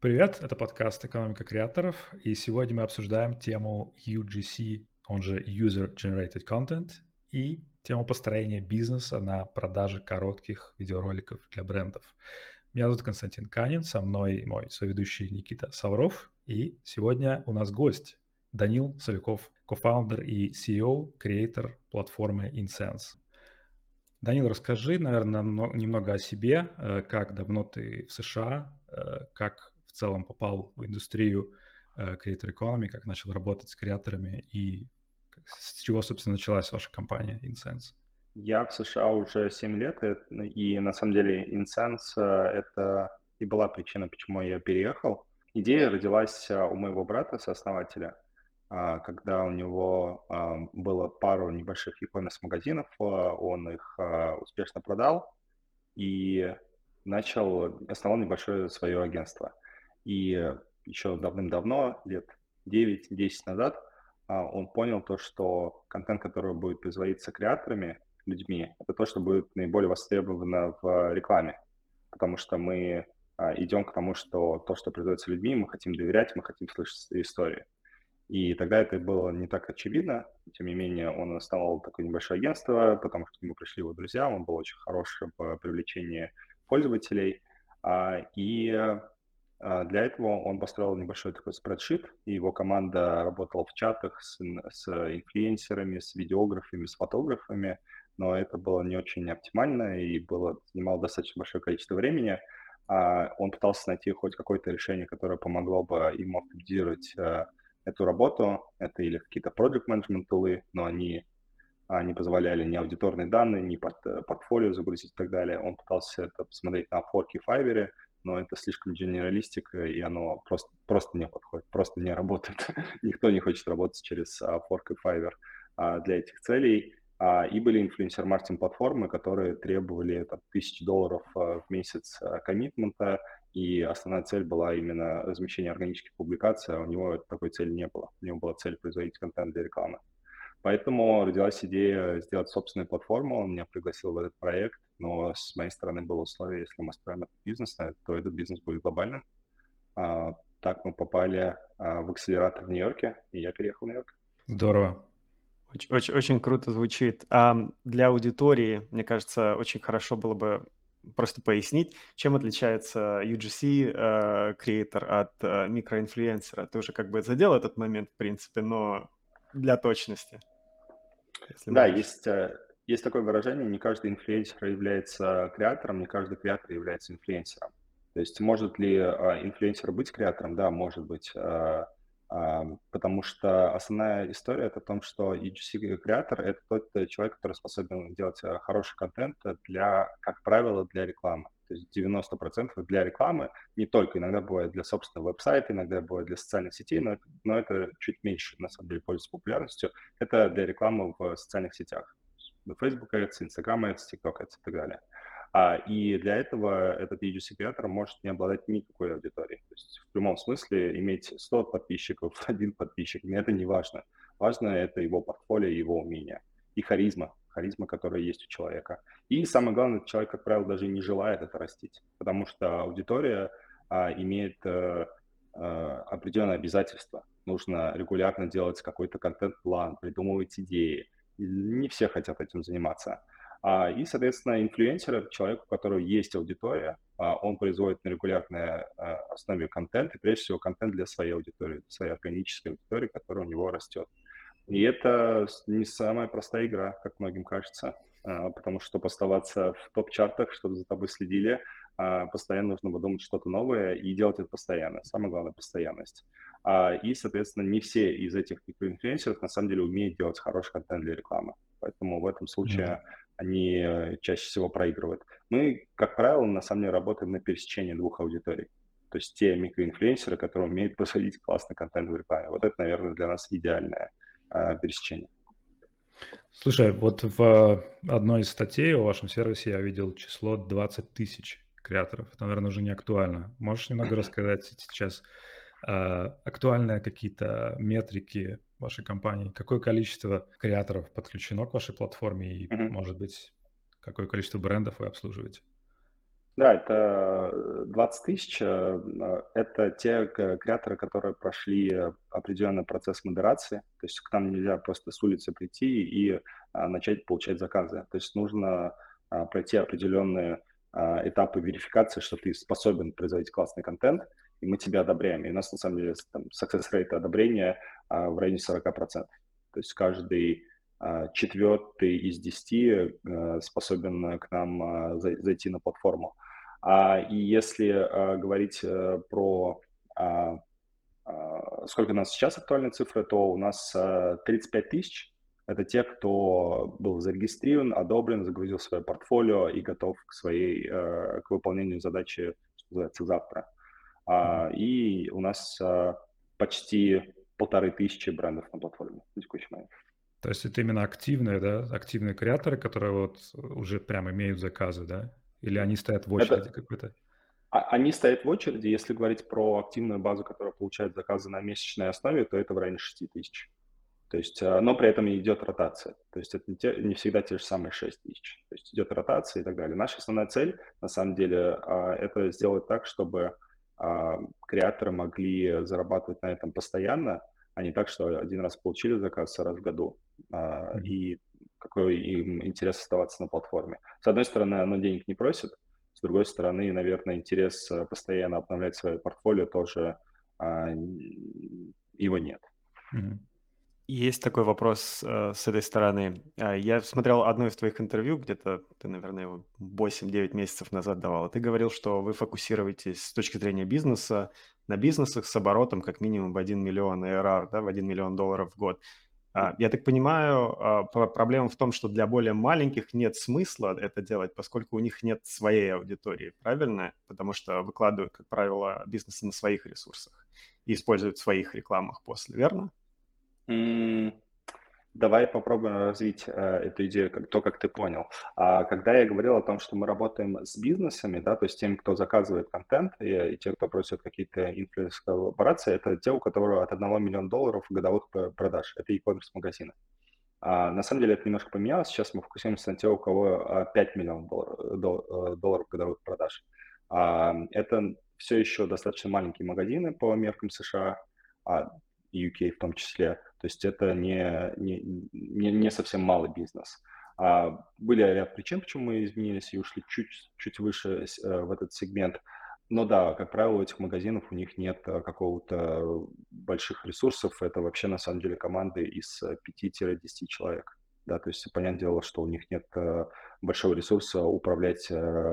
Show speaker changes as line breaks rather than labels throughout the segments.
Привет, это подкаст «Экономика креаторов», и сегодня мы обсуждаем тему UGC, он же User Generated Content, и тему построения бизнеса на продаже коротких видеороликов для брендов. Меня зовут Константин Канин, со мной мой соведущий Никита Савров, и сегодня у нас гость Данил Савиков, кофаундер и CEO, креатор платформы InSense. Данил, расскажи, наверное, немного о себе, как давно ты в США, как в целом попал в индустрию Creator Economy, как начал работать с креаторами и с чего, собственно, началась ваша компания InSense.
Я в США уже 7 лет, и на самом деле InSense это и была причина, почему я переехал. Идея родилась у моего брата, сооснователя, когда у него было пару небольших e-commerce магазинов, он их успешно продал и основал небольшое свое агентство. И еще давным-давно, лет 9-10 назад, он понял то, что контент, который будет производиться креаторами, людьми, это то, что будет наиболее востребовано в рекламе. Потому что мы идем к тому, что то, что производится людьми, мы хотим доверять, мы хотим слышать истории. И тогда это было не так очевидно. Тем не менее, он основал такое небольшое агентство, потому что к нему пришли его друзья, он был очень хорош в привлечении пользователей. Для этого он построил небольшой такой спредшит, и его команда работала в чатах с инфлюенсерами, с видеографами, с фотографами, но это было не очень оптимально и занимало достаточно большое количество времени. Он пытался найти хоть какое-то решение, которое помогло бы ему оптимизировать эту работу. Это или какие-то project management тулы, но они не позволяли ни аудиторные данные, ни портфолио загрузить и так далее. Он пытался это посмотреть на Upwork и Fiverr, но это слишком генералистик, и оно просто не подходит, просто не работает. Никто не хочет работать через Upwork и Fiverr для этих целей. И были инфлюенсер-маркетинг платформы, которые требовали там, $1000 в месяц коммитмента, и основная цель была именно размещение органических публикаций, а у него такой цели не было. У него была цель производить контент для рекламы. Поэтому родилась идея сделать собственную платформу. Он меня пригласил в этот проект, но с моей стороны было условие, если мы строим этот бизнес, то этот бизнес будет глобальным. Так мы попали в акселератор в Нью-Йорке, и я переехал в Нью-Йорк.
Здорово.
Очень круто звучит. Для аудитории, мне кажется, очень хорошо было бы просто пояснить, чем отличается UGC креатор от микроинфлюенсера. Ты уже как бы задел этот момент, в принципе, но для точности, если
Да,
можешь.
есть такое выражение, не каждый инфлюенсер является креатором, не каждый креатор является инфлюенсером. То есть может ли инфлюенсер быть креатором? Да, может быть. Потому что основная история это о том, что EGC-креатор — это тот человек, который способен делать хороший контент как правило, для рекламы. То есть 90% для рекламы, не только, иногда бывает для собственного веб-сайта, иногда бывает для социальных сетей, но это чуть меньше, на самом деле, пользуется популярностью. Это для рекламы в социальных сетях. Facebook Ads, Instagram Ads, TikTok Ads и так далее. И для этого этот UGC-креатор может не обладать никакой аудиторией. То есть в прямом смысле иметь 100 подписчиков, один подписчик, это не важно. Важно это его портфолио, его умения и харизма, которая есть у человека. И самое главное, человек, как правило, даже не желает это растить, потому что аудитория имеет определенные обязательства. Нужно регулярно делать какой-то контент-план, придумывать идеи. Не все хотят этим заниматься. И, соответственно, инфлюенсер — человек, у которого есть аудитория, он производит на регулярной основе контент, и прежде всего контент для своей аудитории, для своей органической аудитории, которая у него растет. И это не самая простая игра, как многим кажется, потому что чтобы оставаться в топ-чартах, чтобы за тобой следили, постоянно нужно подумать что-то новое и делать это постоянно. Самое главное — постоянность. И, соответственно, не все из этих инфлюенсеров на самом деле умеют делать хороший контент для рекламы. Поэтому в этом случае они чаще всего проигрывают. Мы, как правило, на самом деле работаем на пересечении двух аудиторий. То есть те микроинфлюенсеры, которые умеют производить классный контент в рекламе. Вот это, наверное, для нас идеальное пересечения.
Слушай, вот в одной из статей о вашем сервисе я видел число 20 тысяч креаторов. Это, наверное, уже не актуально. Можешь немного рассказать сейчас актуальные какие-то метрики вашей компании? Какое количество креаторов подключено к вашей платформе и, может быть, какое количество брендов вы обслуживаете?
Да, это 20 тысяч. Это те креаторы, которые прошли определенный процесс модерации. То есть к нам нельзя просто с улицы прийти и начать получать заказы. То есть нужно пройти определенные этапы верификации, что ты способен производить классный контент, и мы тебя одобряем. И у нас, на самом деле, там, success rate одобрения в районе 40%. То есть каждый четвертый из 10 способен к нам зайти на платформу. И если говорить про сколько у нас сейчас актуальные цифры, то у нас 35 тысяч. Это те, кто был зарегистрирован, одобрен, загрузил свое портфолио и готов к выполнению задачи, что называется, завтра. И у нас почти 1500 брендов на платформе на текущий момент.
То есть это именно активные, да, активные креаторы, которые вот уже прям имеют заказы, да? Или они стоят в очереди
Это,
какой-то?
Они стоят в очереди. Если говорить про активную базу, которая получает заказы на месячной основе, то это в районе 6 тысяч. То есть, но при этом идет ротация. То есть это не всегда те же самые 6 тысяч. То есть идет ротация и так далее. Наша основная цель, на самом деле, это сделать так, чтобы креаторы могли зарабатывать на этом постоянно, а не так, что один раз получили заказ раз в году,
Мгм.
и какой им интерес оставаться на платформе. С одной стороны, оно денег не просит, с другой стороны, наверное, интерес постоянно обновлять свое портфолио тоже его нет.
Мгм.
Есть такой вопрос с этой стороны. Я смотрел одно из твоих интервью, где-то ты, наверное, его 8-9 месяцев назад давал. Ты говорил, что вы фокусируетесь с точки зрения бизнеса на бизнесах с оборотом как минимум в 1 миллион ARR, да, в 1 миллион долларов в год. Я так понимаю, проблема в том, что для более маленьких нет смысла это делать, поскольку у них нет своей аудитории, правильно? Потому что выкладывают, как правило, бизнесы на своих ресурсах и используют в своих рекламах после, верно?
М, Давай попробуем развить эту идею, как ты понял. Когда я говорил о том, что мы работаем с бизнесами, да, то есть теми, кто заказывает контент, и те, кто просит какие-то инфлюенс-коллаборации, это те, у которых от 1 миллиона долларов годовых продаж. Это e-commerce магазины. На самом деле это немножко поменялось. Сейчас мы фокусируемся на тех, у кого 5 миллионов долларов годовых продаж. Это все еще достаточно маленькие магазины по меркам США, и UK в том числе. То есть это не совсем малый бизнес. Были ряд причин, почему мы изменились и ушли чуть выше в этот сегмент. Но да, как правило, у этих магазинов у них нет какого-то больших ресурсов. Это вообще на самом деле команды из 5-10 человек. Да, то есть понятное дело, что у них нет большого ресурса управлять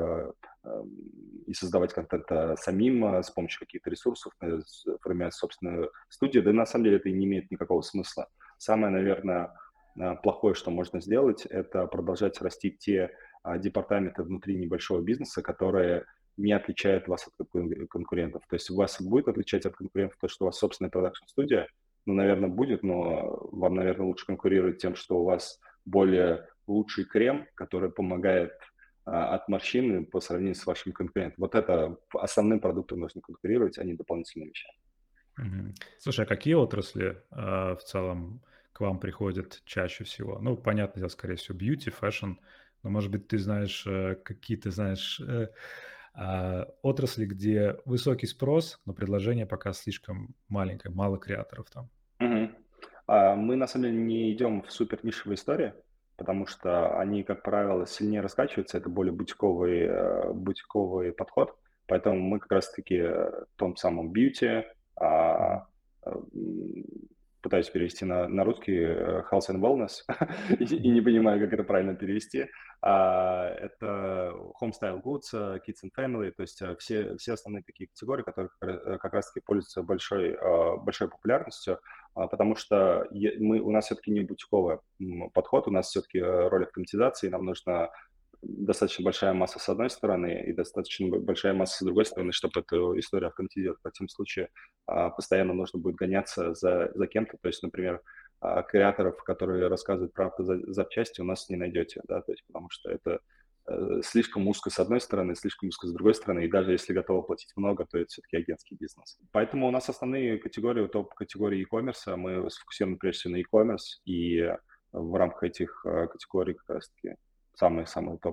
и создавать контент самим с помощью каких-то ресурсов, формировать собственную студию. Да на самом деле это и не имеет никакого смысла. Самое, наверное, плохое, что можно сделать, это продолжать растить те департаменты внутри небольшого бизнеса, которые не отличает вас от конкурентов. То есть вас будет отличать от конкурентов то, что у вас собственная продакшн-студия, ну, наверное, будет, но вам, наверное, лучше конкурировать тем, что у вас более лучший крем, который помогает от морщины по сравнению с вашим конкурентом. Вот это основным продуктом нужно конкурировать, а не дополнительными вещами.
Мгм. Слушай, а какие отрасли в целом к вам приходят чаще всего? Ну, понятное дело, скорее всего, бьюти, фэшн, но, может быть, ты знаешь какие-то, знаешь, отрасли, где высокий спрос, но предложение пока слишком маленькое, мало креаторов там.
Мгм. Мы, на самом деле, не идем в супер нишевые истории, потому что они, как правило, сильнее раскачиваются, это более бутиковый подход, поэтому мы как раз-таки в том самом бьюти,
Мгм.
пытаюсь перевести на русский health and wellness, и не понимаю, как это правильно перевести. Это home style goods, kids and family, то есть все основные такие категории, которые как раз-таки пользуются большой популярностью, потому что у нас все-таки не бутиковый подход, у нас все-таки роль автоматизации, нам нужна достаточно большая масса с одной стороны и достаточно большая масса с другой стороны, чтобы эту историю автоматизировать. В этом случае постоянно нужно будет гоняться за кем-то. То есть, например, креаторов, которые рассказывают про автозапчасти, у нас не найдете, да, то есть потому что это слишком узко с одной стороны, слишком узко с другой стороны, и даже если готовы платить много, то это все-таки агентский бизнес. Поэтому у нас основные категории, топ-категории e-commerce, мы сфокусированы прежде всего на e-commerce, и в рамках этих категорий как раз-таки самые-самые топовые.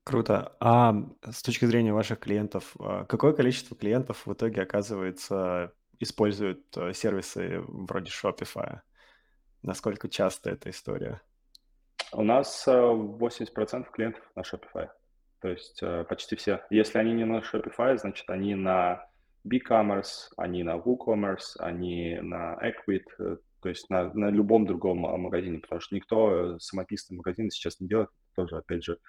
Круто. А с точки зрения ваших клиентов, какое количество клиентов в итоге, оказывается, используют сервисы вроде Shopify? Насколько часто эта история?
У нас 80% клиентов на Shopify. То есть почти все. Если они не на Shopify, значит, они на BigCommerce, они на WooCommerce, они на Ecwid, то есть на любом другом магазине, потому что никто самописный магазин сейчас не делает. Тоже, опять же,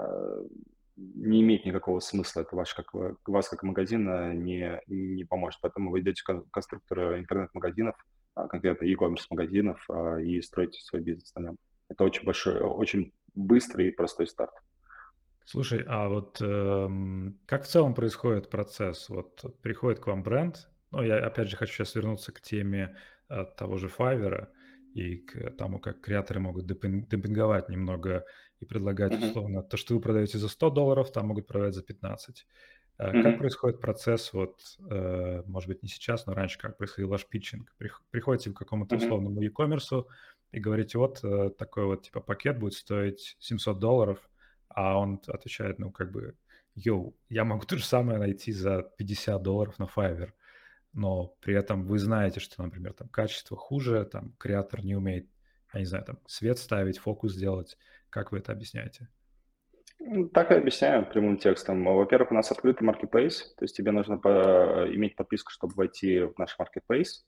не имеет никакого смысла. Это вас как магазина не поможет. Поэтому вы идете к конструктору интернет-магазинов, конкретно e-commerce магазинов, и строите свой бизнес на нем. Это очень большой, очень быстрый и простой старт.
Слушай, а вот как в целом происходит процесс? Вот приходит к вам бренд, ну, я опять же хочу сейчас вернуться к теме того же Fiverr и к тому, как креаторы могут демпинговать немного и предлагать
Мгм.
условно то, что вы продаете за $100, там могут продать за 15. Как
Мгм.
происходит процесс, вот, может быть, не сейчас, но раньше, как происходил ваш питчинг? Приходите к какому-то
Мгм.
условному e-commerce и говорите, вот такой вот типа пакет будет стоить $700, а он отвечает, ну, как бы, йоу, я могу то же самое найти за $50 на Fiverr, но при этом вы знаете, что, например, там качество хуже, там креатор не умеет, я не знаю, там свет ставить, фокус делать. Как вы это объясняете?
Так и объясняю прямым текстом. Во-первых, у нас открытый marketplace, то есть тебе нужно иметь подписку, чтобы войти в наш marketplace,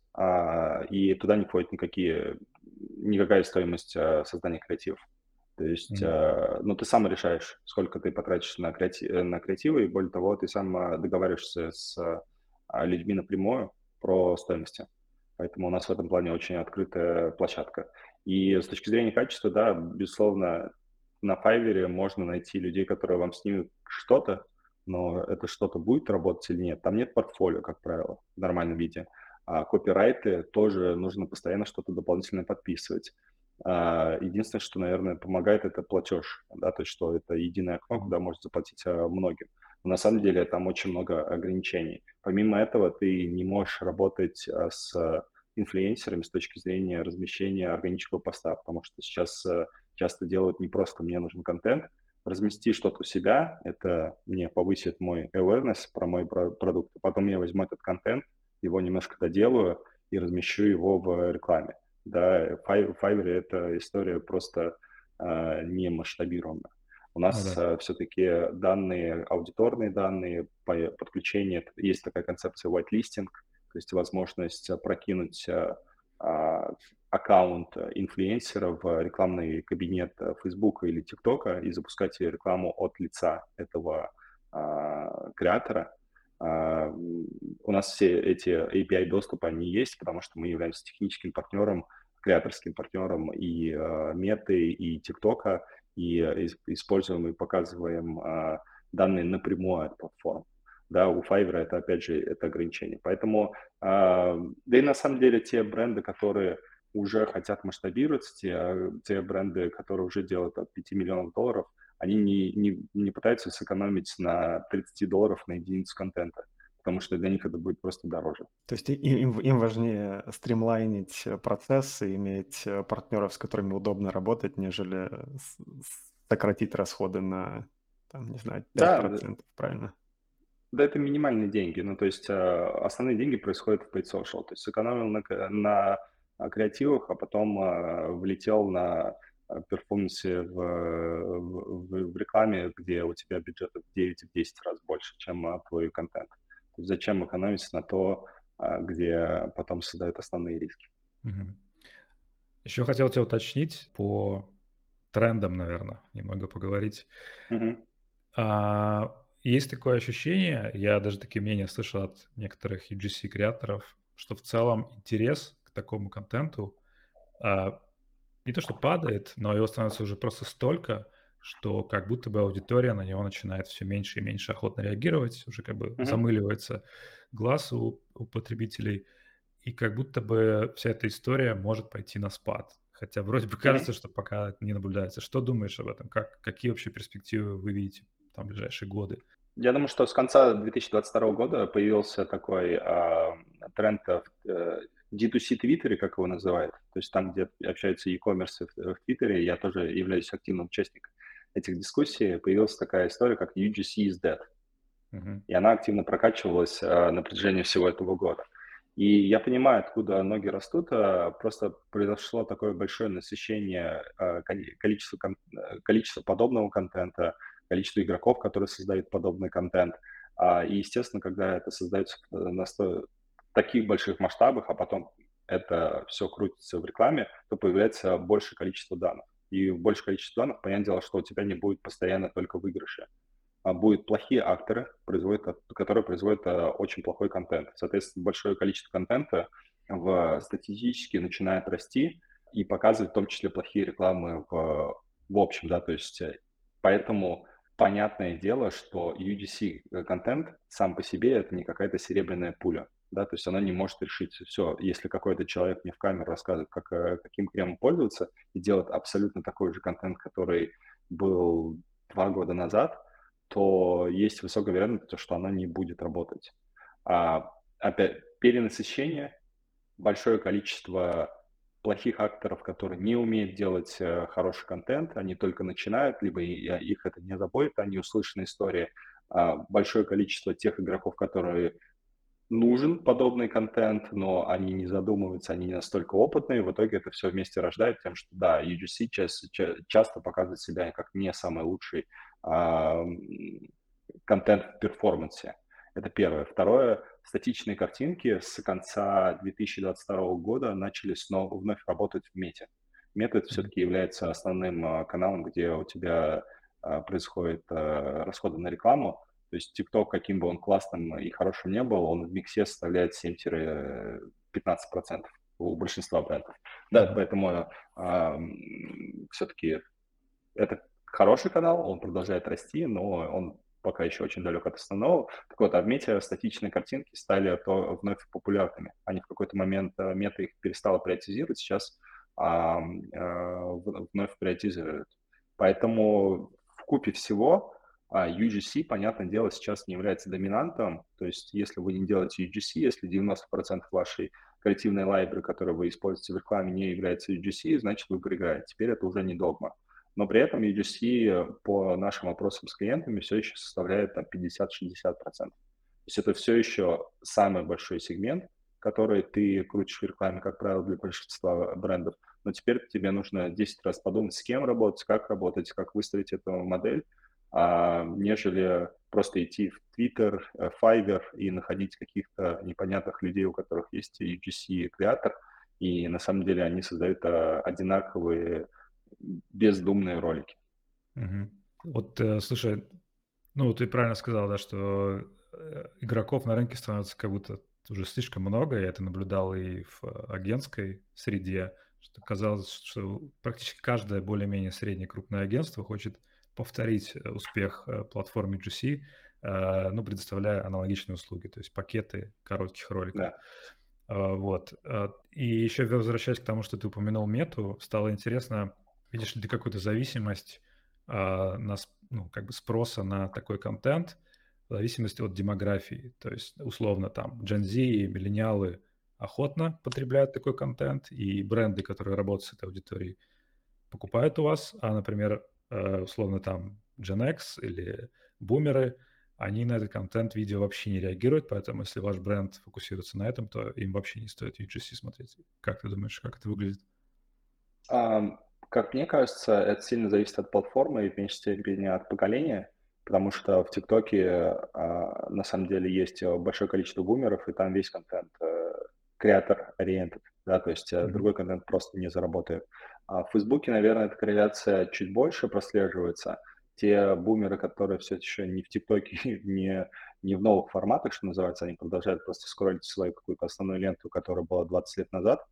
и туда не входит никакая стоимость создания креативов. То есть,
Мгм.
ну, ты сам решаешь, сколько ты потратишь на креативы, и более того, ты сам договариваешься с людьми напрямую про стоимости. Поэтому у нас в этом плане очень открытая площадка. И с точки зрения качества, да, безусловно, на Fiverr можно найти людей, которые вам снимут что-то, но это что-то будет работать или нет. Там нет портфолио, как правило, в нормальном виде. А копирайты тоже нужно постоянно что-то дополнительно подписывать. Единственное, что, наверное, помогает, это платеж, да, то есть что это единое окно,
Мгм.
куда можно заплатить многим. Но на самом деле там очень много ограничений. Помимо этого, ты не можешь работать с инфлюенсерами с точки зрения размещения органического поста, потому что сейчас часто делают не просто «мне нужен контент», размести что-то у себя, это мне повысит мой awareness про мой продукт, а потом я возьму этот контент, его немножко доделаю и размещу его в рекламе. Да, в Fiverr эта история просто не масштабируема. У
Ну
нас
да.
все-таки данные, аудиторные данные, подключение, есть такая концепция whitelisting, то есть возможность прокинуть а, аккаунт инфлюенсера в рекламный кабинет Facebook или TikTok и запускать рекламу от лица этого креатора. У нас все эти API-доступы, они есть, потому что мы являемся техническим партнером, креаторским партнером и Меты, и ТикТока, и используем и показываем данные напрямую от платформ. Да, у Fiverr это, опять же, это ограничение. Поэтому, да и на самом деле те бренды, которые уже хотят масштабироваться, те бренды, которые уже делают от $5 миллионов, они не пытаются сэкономить на $30 на единицу контента, потому что для них это будет просто дороже.
То есть им важнее стримлайнить процесс и иметь партнеров, с которыми удобно работать, нежели сократить расходы на, там, не знаю,
Да,
5%, правильно?
да, это минимальные деньги. Ну, то есть основные деньги происходят в paid social. То есть сэкономил на креативах, а потом влетел на перформансе в рекламе, где у тебя бюджет в 9-10 раз больше, чем твой контент. То есть зачем экономить на то, где потом создают основные риски?
Мгм. Еще хотел тебя уточнить по трендам, наверное, немного поговорить.
Мгм.
Есть такое ощущение, я даже такие мнения слышал от некоторых UGC-креаторов, что в целом интерес к такому контенту а, не то что падает, но его становится уже просто столько, что как будто бы аудитория на него начинает все меньше и меньше охотно реагировать, уже как бы
Мгм.
замыливается глаз у потребителей, и как будто бы вся эта история может пойти на спад. Хотя вроде бы
Мгм.
кажется, что пока это не наблюдается. Что думаешь об этом? Какие вообще перспективы вы видите там в ближайшие годы?
Я думаю, что с конца 2022 года появился такой тренд в D2C Твиттере, как его называют. То есть там, где общаются e-commerce в Твиттере, я тоже являюсь активным участником. этих дискуссий появилась такая история, как UGC is dead.
Мгм.
И она активно прокачивалась на протяжении всего этого года. И я понимаю, откуда ноги растут, просто произошло такое большое насыщение количества подобного контента, количество игроков, которые создают подобный контент. И, естественно, когда это создается на таких больших масштабах, а потом это все крутится в рекламе, то появляется большее количество данных. И большее количество данных, понятное дело, что у тебя не будет постоянно только выигрыши, будут плохие акторы, которые производят очень плохой контент. Соответственно, большое количество контента статистически начинает расти и показывать в том числе плохие рекламы в общем, да, то есть поэтому понятное дело, что UGC-контент сам по себе это не какая-то серебряная пуля, да, то есть она не может решить все. Если какой-то человек мне в камеру рассказывает, каким кремом пользоваться, и делает абсолютно такой же контент, который был 2 года назад, то есть высокая вероятность, что она не будет работать. Опять, перенасыщение, большое количество плохих акторов, которые не умеют делать хороший контент, они только начинают, либо их это не заботит, они услышаны истории. Большое количество тех игроков, которые нужен подобный контент, но они не задумываются, они не настолько опытные, в итоге это все вместе рождает тем, что да, UGC часто показывает себя как не самый лучший контент в перформансе. Это первое. Второе, статичные картинки с конца 2022 года начали снова вновь работать в мете. Мета это все-таки является основным каналом, где у тебя происходят расходы на рекламу. То есть TikTok, каким бы он классным и хорошим не был, он в миксе составляет 7-15% у большинства брендов. Да, поэтому все-таки это хороший канал, он продолжает расти, но он пока еще очень далек от основного. Так вот, в мете статичные картинки стали вновь популярными. Они в какой-то момент, мета их перестала приоритизировать, сейчас вновь приоритизируют. Поэтому в купе всего UGC, понятное дело, сейчас не является доминантом. То есть если вы не делаете UGC, если 90% вашей креативной лайбрери, которую вы используете в рекламе, не является UGC, значит вы проиграете. Теперь это уже не догма. Но при этом UGC по нашим опросам с клиентами все еще составляет там 50-60%. То есть это все еще самый большой сегмент, который ты крутишь в рекламе, как правило, для большинства брендов. Но теперь тебе нужно 10 раз подумать, с кем работать, как выстроить эту модель, нежели просто идти в Twitter, Fiverr и находить каких-то непонятных людей, у которых есть UGC-креатор, и на самом деле они создают одинаковые бездумные ролики.
Мгм. Вот, слушай, ну, ты правильно сказал, да, что игроков на рынке становится как будто уже слишком много. Я это наблюдал и в агентской среде, что казалось, что практически каждое более-менее среднее крупное агентство хочет повторить успех платформы GC, ну, предоставляя аналогичные услуги, то есть пакеты коротких роликов.
Да.
Вот. И еще возвращаясь к тому, что ты упомянул мету, стало интересно, видишь ли ты какую-то зависимость ну, как бы спроса на такой контент в зависимости от демографии. То есть, условно, там, Gen Z и миллениалы охотно потребляют такой контент, и бренды, которые работают с этой аудиторией, покупают у вас, а, например, условно, там, Gen X или бумеры, они на этот контент видео вообще не реагируют, поэтому если ваш бренд фокусируется на этом, то им вообще не стоит UGC смотреть. Как ты думаешь, как это выглядит?
Как мне кажется, это сильно зависит от платформы и в меньшей степени от поколения, потому что в ТикТоке на самом деле есть большое количество бумеров, и там весь контент креатор-ориентед, да, то есть другой контент просто не заработает. А в Фейсбуке, наверное, эта корреляция чуть больше прослеживается. Те бумеры, которые все еще не в ТикТоке, не в новых форматах, что называется, они продолжают просто скроллить свою какую-то основную ленту, которая была 20 лет назад,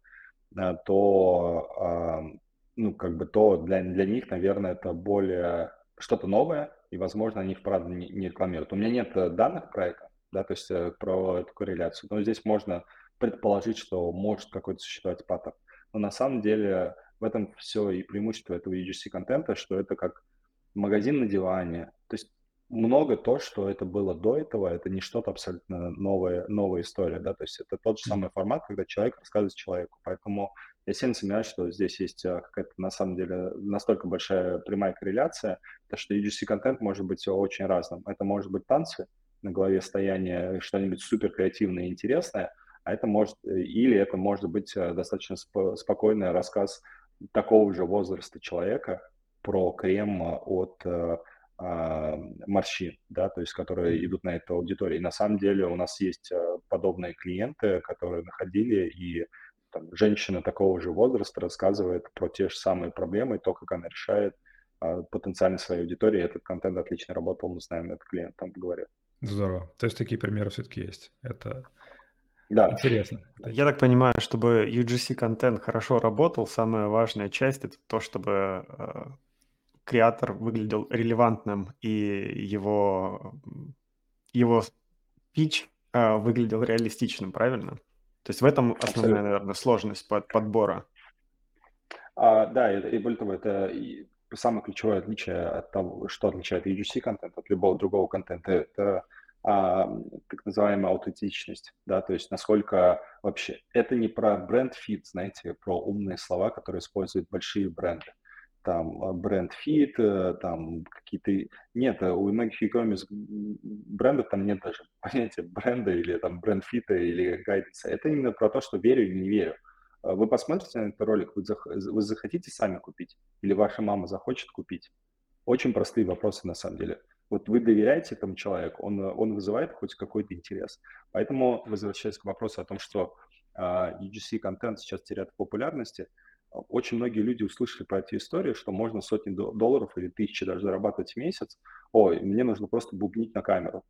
то, ну, как бы, то для них, наверное, это более что-то новое, и, возможно, они их, правда, не рекламируют. У меня нет данных про это, да, то есть про эту корреляцию, но здесь можно предположить, что может какой-то существовать паттерн. Но на самом деле в этом все и преимущество этого UGC-контента, что это как магазин на диване. То есть много то, что это было до этого, это не что-то абсолютно новая история, да, то есть это тот же самый формат, когда человек рассказывает человеку. Поэтому Я сильно сомневаюсь, что здесь есть какая-то на самом деле настолько большая прямая корреляция, то что UGC-контент может быть очень разным. Это может быть танцы на голове стояние, что-нибудь супер креативное и интересное, а это может, или это может быть достаточно спокойный рассказ такого же возраста человека про крем от морщин, да, то есть которые идут на эту аудиторию. И на самом деле у нас есть подобные клиенты, которые находили, и там, женщина такого же возраста рассказывает про те же самые проблемы, и то, как она решает потенциально своей аудитории. Этот контент отлично работал, мы знаем, этот клиент там говорит.
Здорово. То есть такие примеры все-таки есть. Это
Да,
интересно.
Я так понимаю, чтобы UGC-контент хорошо работал, самая важная часть — это то, чтобы креатор выглядел релевантным и его пич выглядел реалистичным, правильно? То есть в этом основная,
абсолютно.
наверное, сложность подбора.
Да, и более того, это и самое ключевое отличие от того, что отличает UGC-контент от любого другого контента, это так называемая аутентичность, да, то есть насколько вообще, это не про бренд-фит, знаете, про умные слова, которые используют большие бренды. Там бренд-фит, там какие-то... Нет, у многих e-commerce брендов там нет даже понятия бренда или там бренд-фита или гайденса. Это именно про то, что верю или не верю. Вы посмотрите на этот ролик, вы захотите сами купить или ваша мама захочет купить? Очень простые вопросы на самом деле. Вот вы доверяете этому человеку, он вызывает хоть какой-то интерес. Поэтому, возвращаясь к вопросу о том, что UGC-контент сейчас теряет в популярности, очень многие люди услышали про эти истории, что можно сотни долларов или тысячи даже зарабатывать в месяц. Ой, мне нужно просто бубнить на камеру.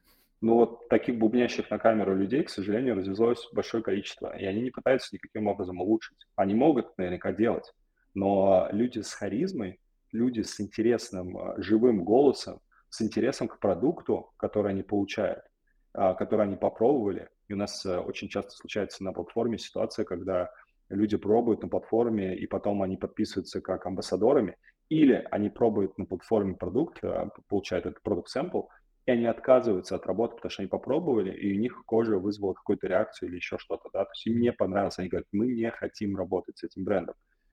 Ну вот таких бубнящих на камеру людей, к сожалению, развелось большое количество, и они не пытаются никаким образом улучшить. Они могут наверняка делать, но люди с харизмой, люди с интересным, живым голосом, с интересом к продукту, который они получают, который они попробовали. И у нас очень часто случается на платформе ситуация, когда люди пробуют на платформе, и потом они подписываются как амбассадорами, или они пробуют на платформе продукт, получают этот продукт sample, и они отказываются от работы, потому что они попробовали, и у них кожа вызвала какую-то реакцию или еще что-то, да, то есть им не понравилось, они говорят, мы не хотим работать с этим брендом.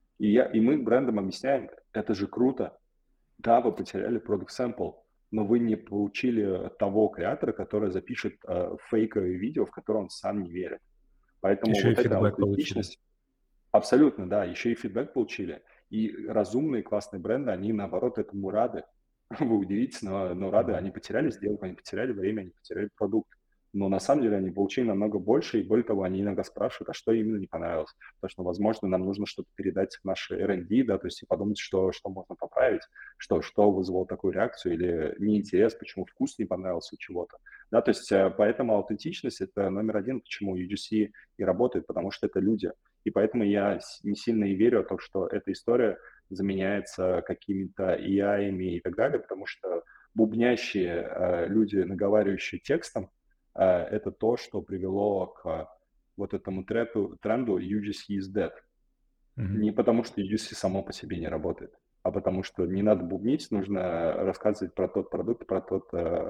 И мы брендам объясняем, это же круто, да, вы потеряли product sample, но вы не получили того креатора, который запишет фейковое видео, в которое он сам не верит. Поэтому
Еще и
вот эта
фидбэк получили.
аутентичность, абсолютно, да, еще и фидбэк получили. И разумные, классные бренды, они, наоборот, этому рады. Вы удивитесь, но рады. Они потеряли сделку, они потеряли время, они потеряли продукт. Но на самом деле они получили намного больше, и более того, они иногда спрашивают, а что именно не понравилось? Потому что, возможно, нам нужно что-то передать в наши R&D, да, то есть и подумать, что можно поправить, что вызвало такую реакцию, или неинтерес, почему вкус не понравился у чего-то. Да, то есть поэтому аутентичность – это номер один, почему UGC и работает, потому что это люди. И поэтому я не сильно и верю в то, что эта история заменяется какими-то AI-ами и так далее, потому что бубнящие люди, наговаривающие текстом, это то, что привело к вот этому тренду UGC is dead. Не потому, что UGC само по себе не работает, а потому что не надо бубнить, нужно рассказывать про тот продукт, про тот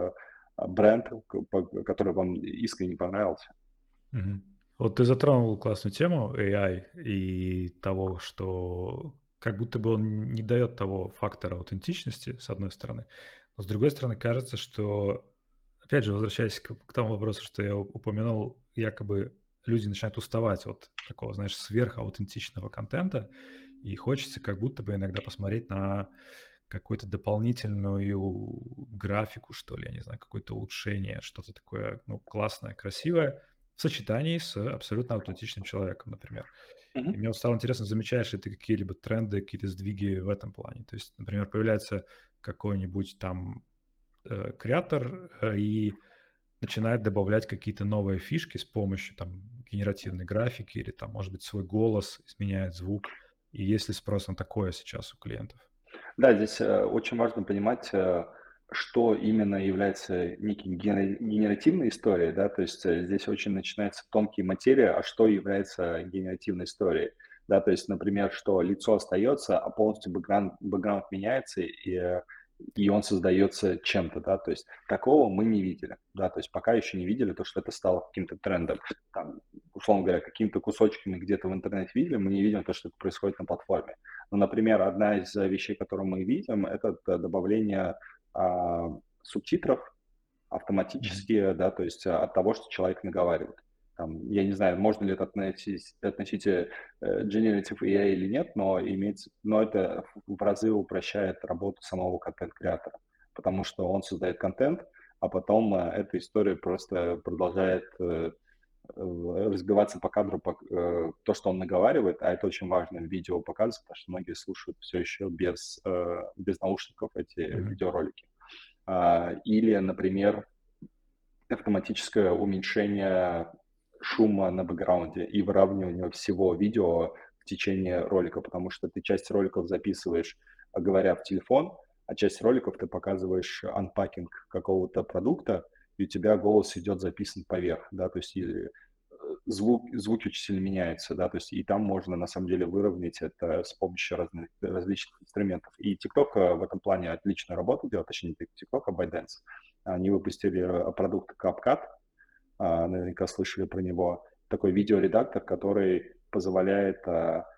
бренд, который вам искренне понравился.
Вот ты затронул классную тему AI и того, что как будто бы он не дает того фактора аутентичности, с одной стороны. Но с другой стороны, кажется, что, опять же, возвращаясь к тому вопросу, что я упомянул, якобы люди начинают уставать от такого, знаешь, сверхаутентичного контента, и хочется как будто бы иногда посмотреть на какую-то дополнительную графику, что ли, я не знаю, какое-то улучшение, что-то такое, ну, классное, красивое, в сочетании с абсолютно аутентичным человеком, например. И мне вот стало интересно, замечаешь ли ты какие-либо тренды, какие-то сдвиги в этом плане? То есть, например, появляется какой-нибудь там креатор и начинает добавлять какие-то новые фишки с помощью там генеративной графики или там, может быть, свой голос, изменяет звук. И есть ли спрос на такое сейчас у клиентов?
Да, здесь очень важно понимать, что именно является неким генеративной историей, да, то есть здесь очень начинается тонкие материи, а что является генеративной историей, да, то есть, например, что лицо остается, а полностью бэкграунд меняется, и он создается чем-то, да, то есть такого мы не видели, да, то есть пока еще не видели то, что это стало каким-то трендом, там, условно говоря, какими-то кусочками где-то в интернете видели, мы не видим то, что это происходит на платформе. Ну, например, одна из вещей, которую мы видим, это добавление субтитров
Мгм.
автоматически, да, то есть от того, что человек наговаривает. Там, я не знаю, можно ли это относить Generative AI или нет, но это в разы упрощает работу самого контент-креатора, потому что он создает контент, а потом эта история просто продолжает разбиваться по кадру то, что он наговаривает, а это очень важно в видео показывать, потому что многие слушают все еще без наушников эти
Мгм.
видеоролики. Или, например, автоматическое уменьшение шума на бэкграунде и выравнивание всего видео в течение ролика, потому что ты часть роликов записываешь, говоря в телефон, а часть роликов ты показываешь анпакинг какого-то продукта, и у тебя голос идет записан поверх, да, то есть звуки очень сильно меняются, да, то есть и там можно на самом деле выровнять это с помощью различных инструментов. И TikTok в этом плане отличную работу делает, точнее не TikTok, а ByteDance. Они выпустили продукт CapCut, наверняка слышали про него, такой видеоредактор, который позволяет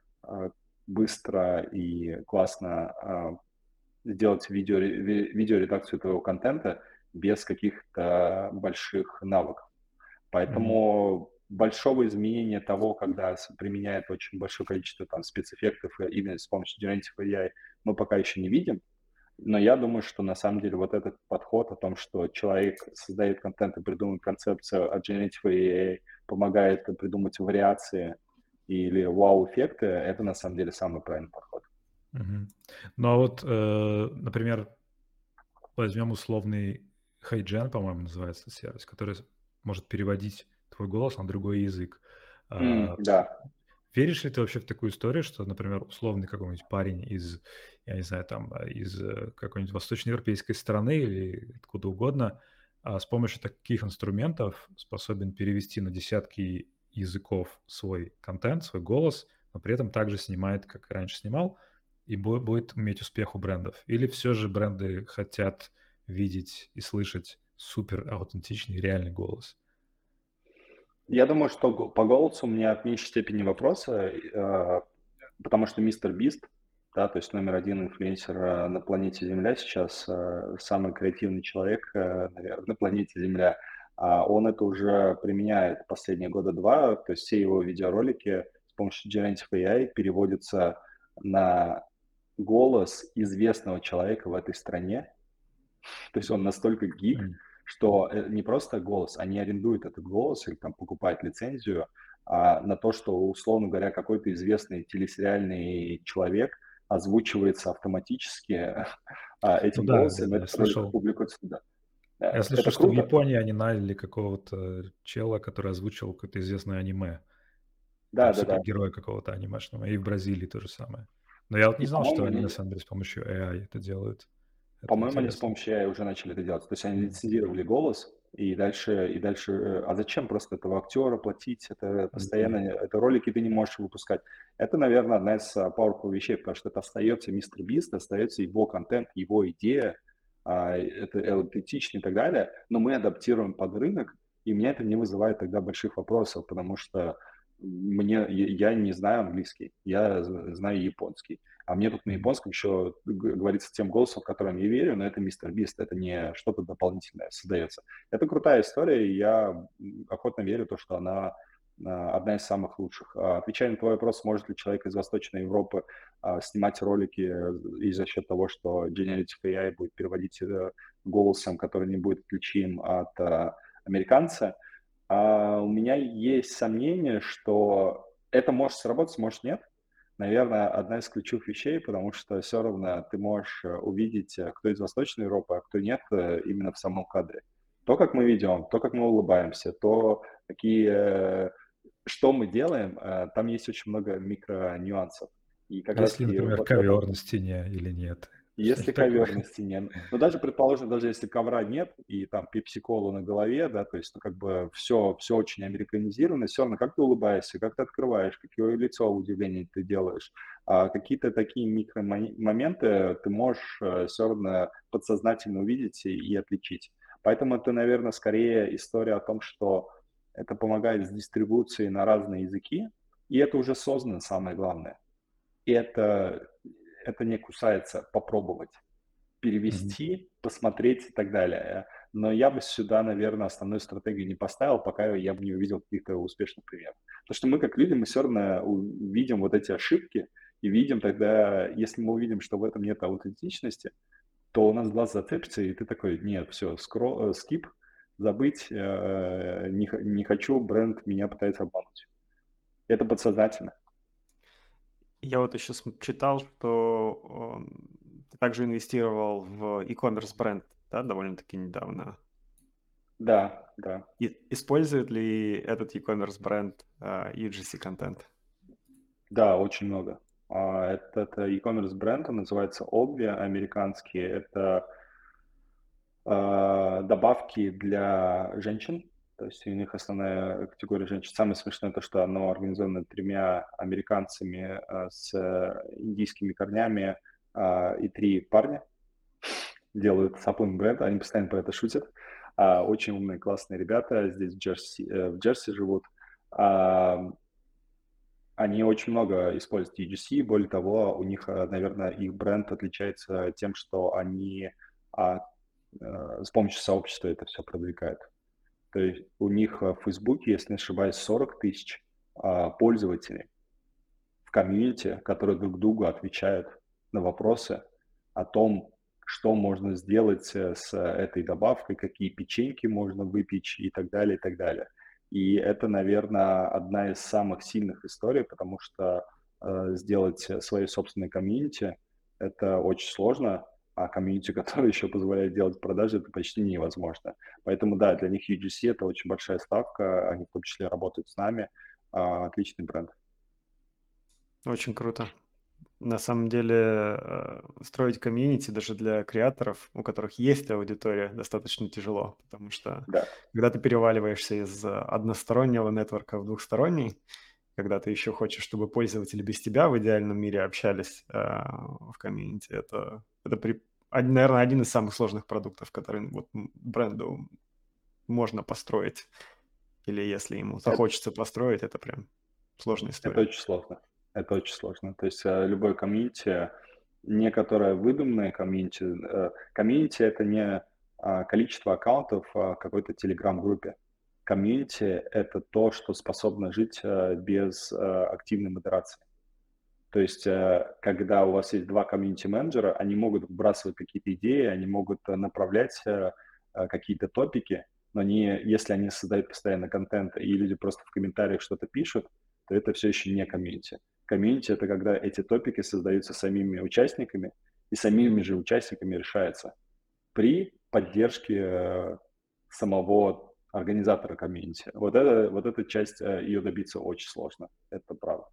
быстро и классно сделать видеоредакцию твоего контента без каких-то больших навыков.
Мгм.
Поэтому большого изменения того, когда применяет очень большое количество там спецэффектов именно с помощью Generative AI, мы пока еще не видим. Но я думаю, что на самом деле вот этот подход о том, что человек создает контент и придумывает концепцию, а Generative AI помогает придумать вариации или вау-эффекты, это на самом деле самый правильный подход.
Мгм. Ну, а вот, например, возьмем условный HeyGen, по-моему, называется сервис, который может переводить твой голос на другой язык. А,
Да.
Веришь ли ты вообще в такую историю, что, например, условный какой-нибудь парень я не знаю, из какой-нибудь восточноевропейской страны или откуда угодно, с помощью таких инструментов способен перевести на десятки языков свой контент, свой голос, но при этом также снимает, как и раньше снимал, и будет иметь успех у брендов? Или все же бренды хотят видеть и слышать супер аутентичный, реальный голос?
Я думаю, что по голосу у меня в меньшей степени вопросы, потому что мистер Бист, да, то есть номер один инфлюенсер на планете Земля сейчас, самый креативный человек, наверное, на планете Земля, он это уже применяет последние года два, то есть все его видеоролики с помощью Generative AI переводятся на голос известного человека в этой стране, то есть он настолько гик,
М.
что не просто голос, они арендуют этот голос или там покупают лицензию на то, что, условно говоря, какой-то известный телесериальный человек озвучивается автоматически
Ну
этим
да,
голосом,
да,
и
я
этот ролик
слышал.
публикуется туда.
Я
Это
слышал, что в
круто?
Японии они наняли какого-то чела, который озвучивал какое-то известное аниме, там
Да-да-да.
супергероя какого-то анимешного, и в Бразилии то же самое. Но я вот не
И,
знал, что
по-моему,
они на
они
самом деле с помощью AI это делают. Это
По-моему, они с
интересно.
помощью AI уже начали это делать. То есть они
М,
лицензировали голос, а зачем просто этого актера платить? Это
да.
постоянно, это ролики ты не можешь выпускать. Это, наверное, одна из powerful вещей, потому что это остается мистер Бист, остается его контент, его идея, это аутентично и так далее, но мы адаптируем под рынок, и меня это не вызывает тогда больших вопросов, потому что я не знаю английский, я знаю японский. А мне тут на
Мгм.
японском еще говорится тем голосом, в котором я верю, но это мистер Бист, это не что-то дополнительное создается. Это крутая история, и я охотно верю в то, что она одна из самых лучших. Отвечая на твой вопрос, может ли человек из Восточной Европы снимать ролики и за счет того, что Generative AI будет переводить голосом, который не будет отличим от американца, у меня есть сомнение, что это может сработать, может нет. Наверное, одна из ключевых вещей, потому что все равно ты можешь увидеть, кто из Восточной Европы, а кто нет, именно в самом кадре. То, как мы ведем, то, как мы улыбаемся, что мы делаем, там есть очень много микронюансов. И как
Есть ли,
раз-таки
например,
вот в этом
ковер на стене или нет?
Если
Такой.
ковер на стене. Но даже, предположим, даже если ковра нет и там пепси-колу на голове, да, то есть, ну, как бы все очень американизировано, все равно как ты улыбаешься, как ты открываешь, какое лицо удивления ты делаешь. Какие-то такие микромоменты ты можешь все равно подсознательно увидеть и отличить. Поэтому это, наверное, скорее история о том, что это помогает с дистрибуцией на разные языки, и это уже создано, самое главное. И это не кусается попробовать,
Мгм.
перевести, посмотреть и так далее. Но я бы сюда, наверное, основную стратегию не поставил, пока я бы не увидел каких-то успешных примеров. Потому что мы, как люди, мы все равно видим вот эти ошибки и видим тогда, если мы увидим, что в этом нет аутентичности, то у нас глаз зацепится, и ты такой, нет, все, скип, забыть, не хочу, бренд меня пытается обмануть. Это подсознательно.
Я вот еще читал, что ты также инвестировал в e-commerce бренд, да, довольно-таки недавно.
Да, да.
Использует ли этот e-commerce бренд UGC контент?
Да, очень много. Это e-commerce бренд, он называется Obvia, американский. Это добавки для женщин, то есть у них основная категория женщин. Самое смешное то, что оно организовано 3 американцами с индийскими корнями, и 3 парня делают supplement бренд, они постоянно про это шутят. Очень умные, классные ребята здесь в Джерси живут. А, Они очень много используют EGC, более того, у них, наверное, их бренд отличается тем, что они с помощью сообщества это все продвигают. То есть у них в Фейсбуке, если не ошибаюсь, 40 тысяч пользователей в комьюнити, которые друг другу отвечают на вопросы о том, что можно сделать с этой добавкой, какие печеньки можно выпечь и так далее, и так далее. И это, наверное, одна из самых сильных историй, потому что сделать свое собственное комьюнити – это очень сложно, а комьюнити, которое еще позволяет делать продажи, это почти невозможно. Поэтому, да, для них UGC – это очень большая ставка, они в том числе работают с нами, отличный бренд.
Очень круто. На самом деле, строить комьюнити даже для креаторов, у которых есть аудитория, достаточно тяжело, потому что
Да.
когда ты переваливаешься из одностороннего нетворка в двухсторонний, когда ты еще хочешь, чтобы пользователи без тебя в идеальном мире общались в комьюнити, это наверное, один из самых сложных продуктов, который вот бренду можно построить. Или если ему захочется построить, это прям сложная
Это
история.
очень сложно. Это очень сложно. То есть любое комьюнити, не которое выдуманное комьюнити, комьюнити это не количество аккаунтов в какой-то телеграм-группе. Комьюнити это то, что способно жить без активной модерации. То есть, когда у вас есть 2 комьюнити-менеджера, они могут вбрасывать какие-то идеи, они могут направлять какие-то топики, но если они создают постоянно контент, и люди просто в комментариях что-то пишут, то это все еще не комьюнити. Комьюнити – это когда эти топики создаются самими участниками, и самими же участниками решается при поддержке самого организатора комьюнити. Вот эта часть, ее добиться очень сложно, это правда.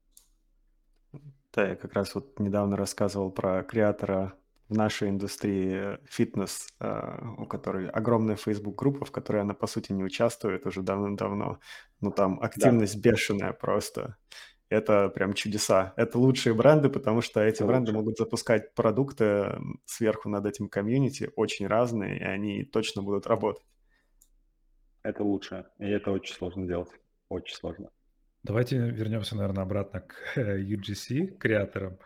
Да, я как раз вот недавно рассказывал про креатора в нашей индустрии фитнес, у которой огромная Facebook-группа, в которой она, по сути, не участвует уже давным-давно. Ну, там
Да,
активность бешеная просто. Это прям чудеса. Это лучшие бренды, потому что эти
это
бренды
лучше.
могут запускать продукты сверху над этим комьюнити, очень разные, и они точно будут работать.
Это лучше, и это очень сложно делать, очень сложно.
Давайте вернемся, наверное, обратно к UGC креаторам.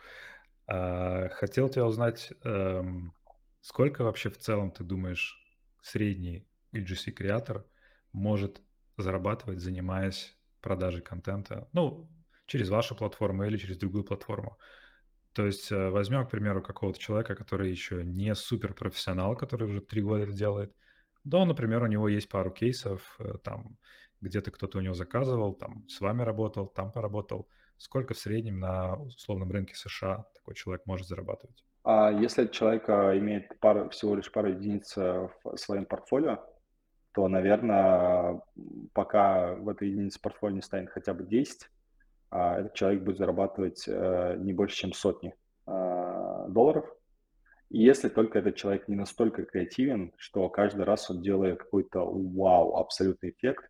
Хотел тебя узнать, сколько вообще в целом ты думаешь средний UGC креатор может зарабатывать, занимаясь продажей контента, ну, через вашу платформу или через другую платформу. То есть возьмем, к примеру, какого-то человека, который еще не суперпрофессионал, который уже 3 года это делает. Да, например, у него есть пару кейсов, там где-то кто-то у него заказывал, там с вами работал, там поработал. Сколько в среднем на условном рынке США такой человек может зарабатывать?
Если человек имеет всего лишь пару единиц в своем портфолио, то, наверное, пока в этой единице портфолио не станет хотя бы 10, этот человек будет зарабатывать не больше, чем сотни долларов. Если только этот человек не настолько креативен, что каждый раз он делает какой-то вау, абсолютный эффект,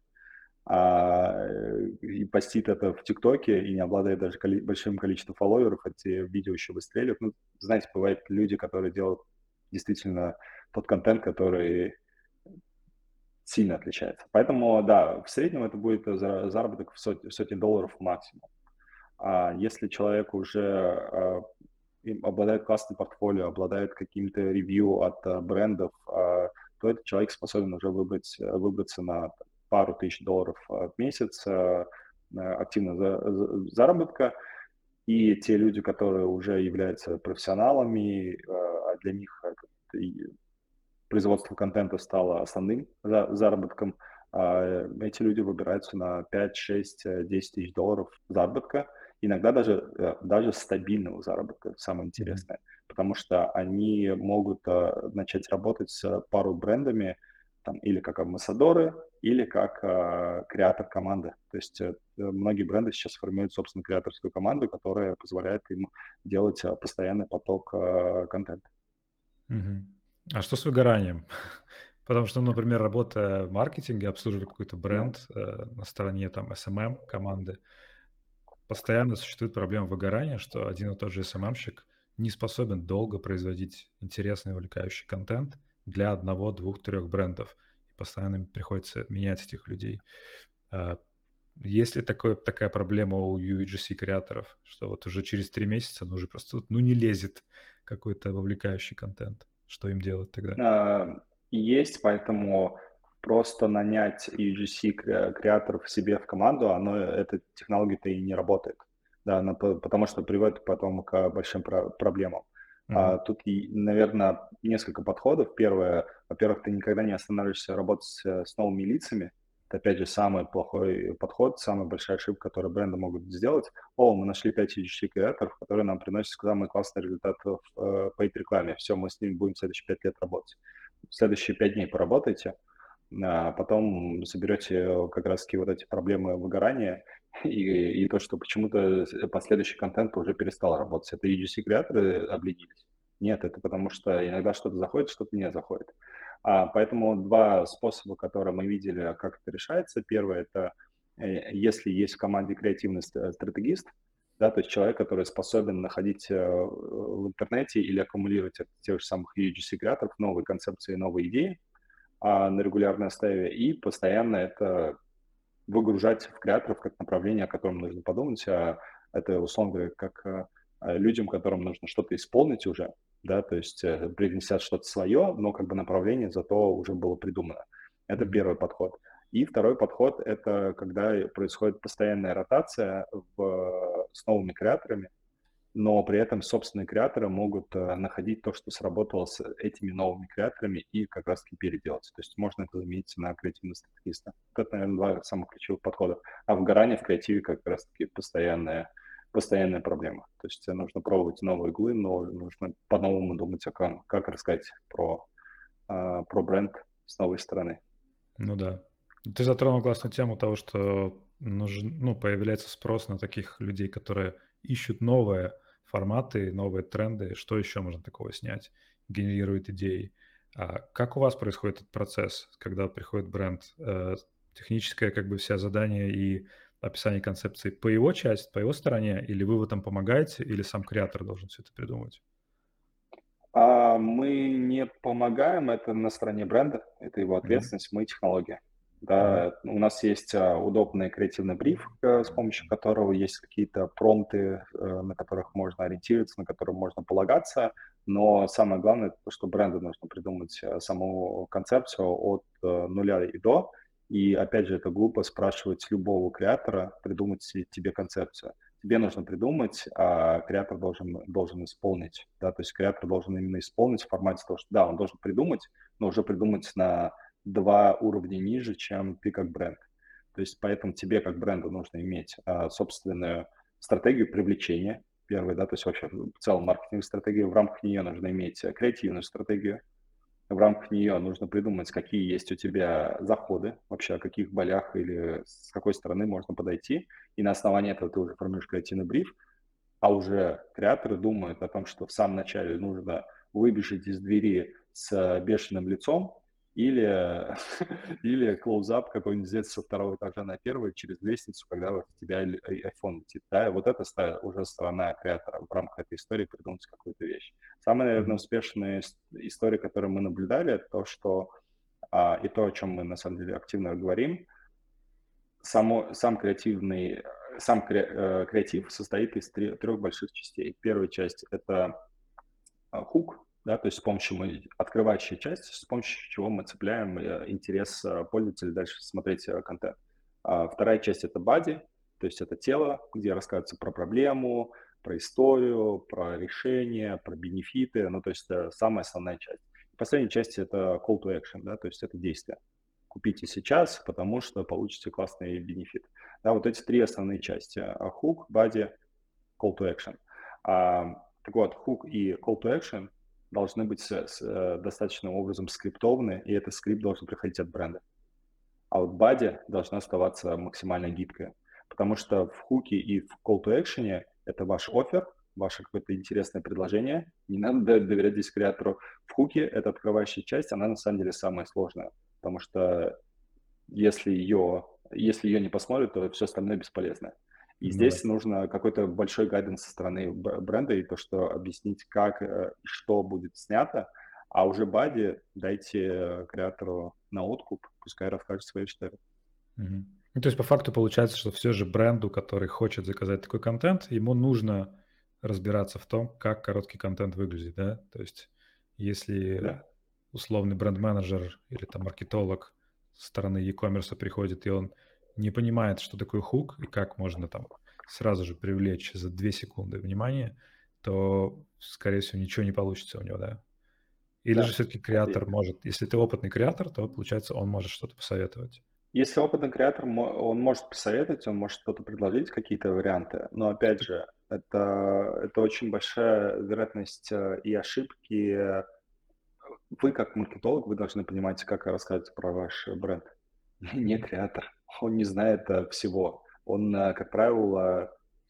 и постит это в ТикТоке и не обладает даже большим количеством фолловеров, эти видео еще выстреливают. Ну, знаете, бывают люди, которые делают действительно тот контент, который сильно отличается. Поэтому, да, в среднем это будет заработок в сотни долларов максимум. А если человек уже обладает классным портфолио, обладает каким-то ревью от брендов, то этот человек способен уже выбраться на пару тысяч долларов в месяц активного заработка. И те люди, которые уже являются профессионалами, а для них производство контента стало основным заработком, эти люди выбираются на 5, 6, 10 тысяч долларов заработка, иногда даже стабильного заработка, самое интересное, потому что они могут начать работать с пару брендами, там, или как амбассадоры, или как креатор команды. То есть многие бренды сейчас формируют, собственно, креаторскую команду, которая позволяет им делать постоянный поток контента.
Мгм. А что с выгоранием? Потому что, например, работая в маркетинге, обслуживая какой-то
Ну,
бренд на стороне там SMM команды, постоянно существует проблема выгорания, что один и тот же SMM-щик не способен долго производить интересный, увлекающий контент для одного, двух, трех брендов. И постоянно им приходится менять этих людей. А, Есть ли такая проблема у UGC-креаторов, что вот уже через 3 месяца, ну, уже просто ну, не лезет какой-то вовлекающий контент? Что им делать тогда?
Есть, поэтому просто нанять UGC креаторов себе в команду, эта технология-то и не работает, да, потому что приводит потом к большим проблемам.
Мгм.
Тут, наверное, несколько подходов. Первое, во-первых, ты никогда не останавливаешься работать с новыми лицами. Это, опять же, самый плохой подход, самая большая ошибка, которую бренды могут сделать. О, мы нашли 5 UGC креаторов, которые нам приносят самый классный результат в paid рекламе. Все, мы с ними будем следующие 5 лет работать. Следующие 5 дней поработайте, а потом соберете как раз-таки вот эти проблемы выгорания и то, что почему-то последующий контент уже перестал работать. Это UGC-креаторы обленились? Нет, это потому что иногда что-то заходит, что-то не заходит. Поэтому два способа, которые мы видели, как это решается. Первое – это если есть в команде креативный стратегист, да, то есть человек, который способен находить в интернете или аккумулировать от тех же самых UGC-креаторов новые концепции, новые идеи на регулярной основе и постоянно это выгружать в креаторов как направление, о котором нужно подумать. Это, условно говоря, как людям, которым нужно что-то исполнить уже, да, то есть привнесят что-то свое, но как бы направление зато уже было придумано. Это
Мгм.
первый подход. И второй подход – это когда происходит постоянная ротация с новыми креаторами, но при этом собственные креаторы могут находить то, что сработало с этими новыми креаторами и как раз-таки переделать. То есть можно это заменить на креативного стратегиста. Вот это, наверное, два самых ключевых подхода. А выгорание в креативе как раз-таки постоянная проблема. То есть нужно пробовать новые иглы, но нужно по-новому думать, как рассказать про бренд с новой стороны.
Ну да. Ты затронул классную тему того, что ну, появляется спрос на таких людей, которые ищут новые форматы, новые тренды. Что еще можно такого снять? Генерирует идеи. Как у вас происходит этот процесс, когда приходит бренд? Техническое как бы вся задание и описание концепции по его части, по его стороне, или вы в этом помогаете, или сам креатор должен все это придумывать?
Мы не помогаем, это на стороне бренда, это его
Мгм.
ответственность, мы технология.
Мгм.
Да, у нас есть удобный креативный бриф, с помощью которого есть какие-то промпты, на которых можно ориентироваться, на которые можно полагаться, но самое главное, это то, что бренду нужно придумать саму концепцию от нуля и до, и опять же, это глупо спрашивать любого креатора придумать тебе концепцию. Тебе нужно придумать, а креатор должен исполнить, да, то есть креатор должен именно исполнить в формате того, что, да, он должен придумать, но уже придумать на 2 уровня ниже, чем ты как бренд. То есть поэтому тебе как бренду нужно иметь собственную стратегию привлечения, первый, да, то есть вообще в целом маркетинговую стратегию, в рамках нее нужно иметь креативную стратегию, в рамках нее нужно придумать, какие есть у тебя заходы, вообще о каких болях или с какой стороны можно подойти, и на основании этого ты уже формируешь креативный бриф, а уже креаторы думают о том, что в самом начале нужно выбежать из двери с бешеным лицом, или, или close-up какой-нибудь сделать со второго этажа на первый через лестницу, когда вот в тебя iPhone летит. Да? Вот это уже сторона креатора в рамках этой истории придумать какую-то вещь. Самая, наверное, успешная история, которую мы наблюдали, это то, что и то, о чем мы на самом деле активно говорим, сам креатив состоит из трех больших частей. Первая часть — это хук, да, то есть открывающая часть, с помощью чего мы цепляем интерес пользователя дальше смотреть контент. Вторая часть — это body, то есть это тело, где рассказывается про проблему, про историю, про решение, про бенефиты, ну, то есть это самая основная часть. Последняя часть — это call to action, да, то есть это действие. Купите сейчас, потому что получите классный бенефит. Да, вот эти три основные части. Hook, body, call to action. Так вот, hook и call to action должны быть достаточным образом скриптованы, и этот скрипт должен приходить от бренда. А вот body должна оставаться максимально гибкая, потому что в хуке и в call to action это ваш оффер, ваше какое-то интересное предложение. Не надо доверять здесь креатору. В хуке эта открывающая часть, она на самом деле самая сложная, потому что если ее не посмотрят, то все остальное бесполезно. И здесь нужно какой-то большой гайденс со стороны бренда, и то, что объяснить, как и что будет снято, а уже бади дайте креатору на откуп, пускай расскажет свои истории.
Ну, то есть по факту получается, что все же бренду, который хочет заказать такой контент, ему нужно разбираться в том, как короткий контент выглядит, да? То есть если условный бренд-менеджер или там маркетолог со стороны e-commerce приходит, и он не понимает, что такое хук и как можно там сразу же привлечь за 2 секунды внимание, то, скорее всего, ничего не получится у него, да? Или же все-таки креатор может, если ты опытный креатор, то, получается, он может что-то посоветовать.
Если опытный креатор, он может посоветовать, он может что-то предложить, какие-то варианты, но, опять же, это очень большая вероятность и ошибки. Вы, как маркетолог, вы должны понимать, как рассказывать про ваш бренд. Не креатор. Он не знает всего. Он, как правило,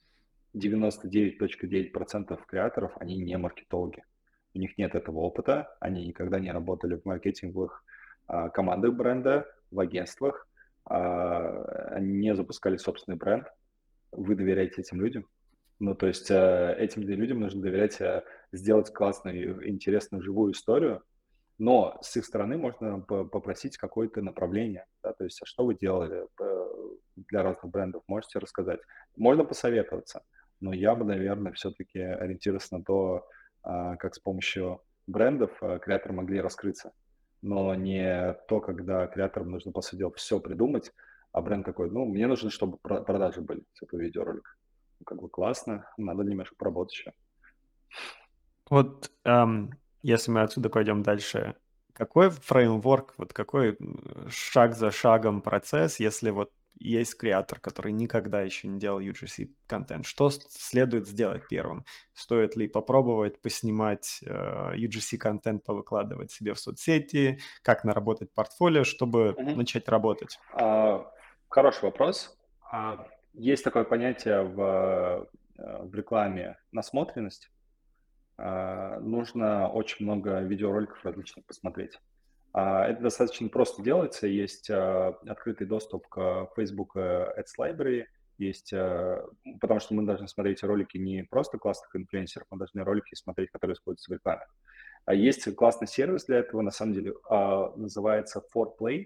99.9% креаторов, они не маркетологи. У них нет этого опыта, они никогда не работали в маркетинговых командах бренда, в агентствах, они не запускали собственный бренд. Вы доверяете этим людям? Ну, то есть этим людям нужно доверять сделать классную, интересную, живую историю, но с их стороны можно попросить какое-то направление, да, то есть, а что вы делали для разных брендов, можете рассказать. Можно посоветоваться, но я бы, наверное, все-таки ориентировался на то, как с помощью брендов креаторы могли раскрыться, но не то, когда креаторам нужно, по сути дела, все придумать, а бренд такой, ну, мне нужно, чтобы продажи были с этого видеоролика. Ну, как бы классно, надо немножко поработать еще.
Вот если мы отсюда пойдем дальше, какой фреймворк, вот какой шаг за шагом процесс, если вот есть креатор, который никогда еще не делал UGC-контент, что следует сделать первым? Стоит ли попробовать поснимать UGC-контент, повыкладывать себе в соцсети, как наработать портфолио, чтобы начать работать?
Хороший вопрос. Есть такое понятие в рекламе насмотренность. Нужно очень много видеороликов различных посмотреть. Это достаточно просто делается. Есть открытый доступ к Facebook Ads Library. Есть, потому что мы должны смотреть ролики не просто классных инфлюенсеров, мы должны ролики смотреть, которые используются в рекламе. Есть классный сервис для этого, на самом деле, называется ForPlay,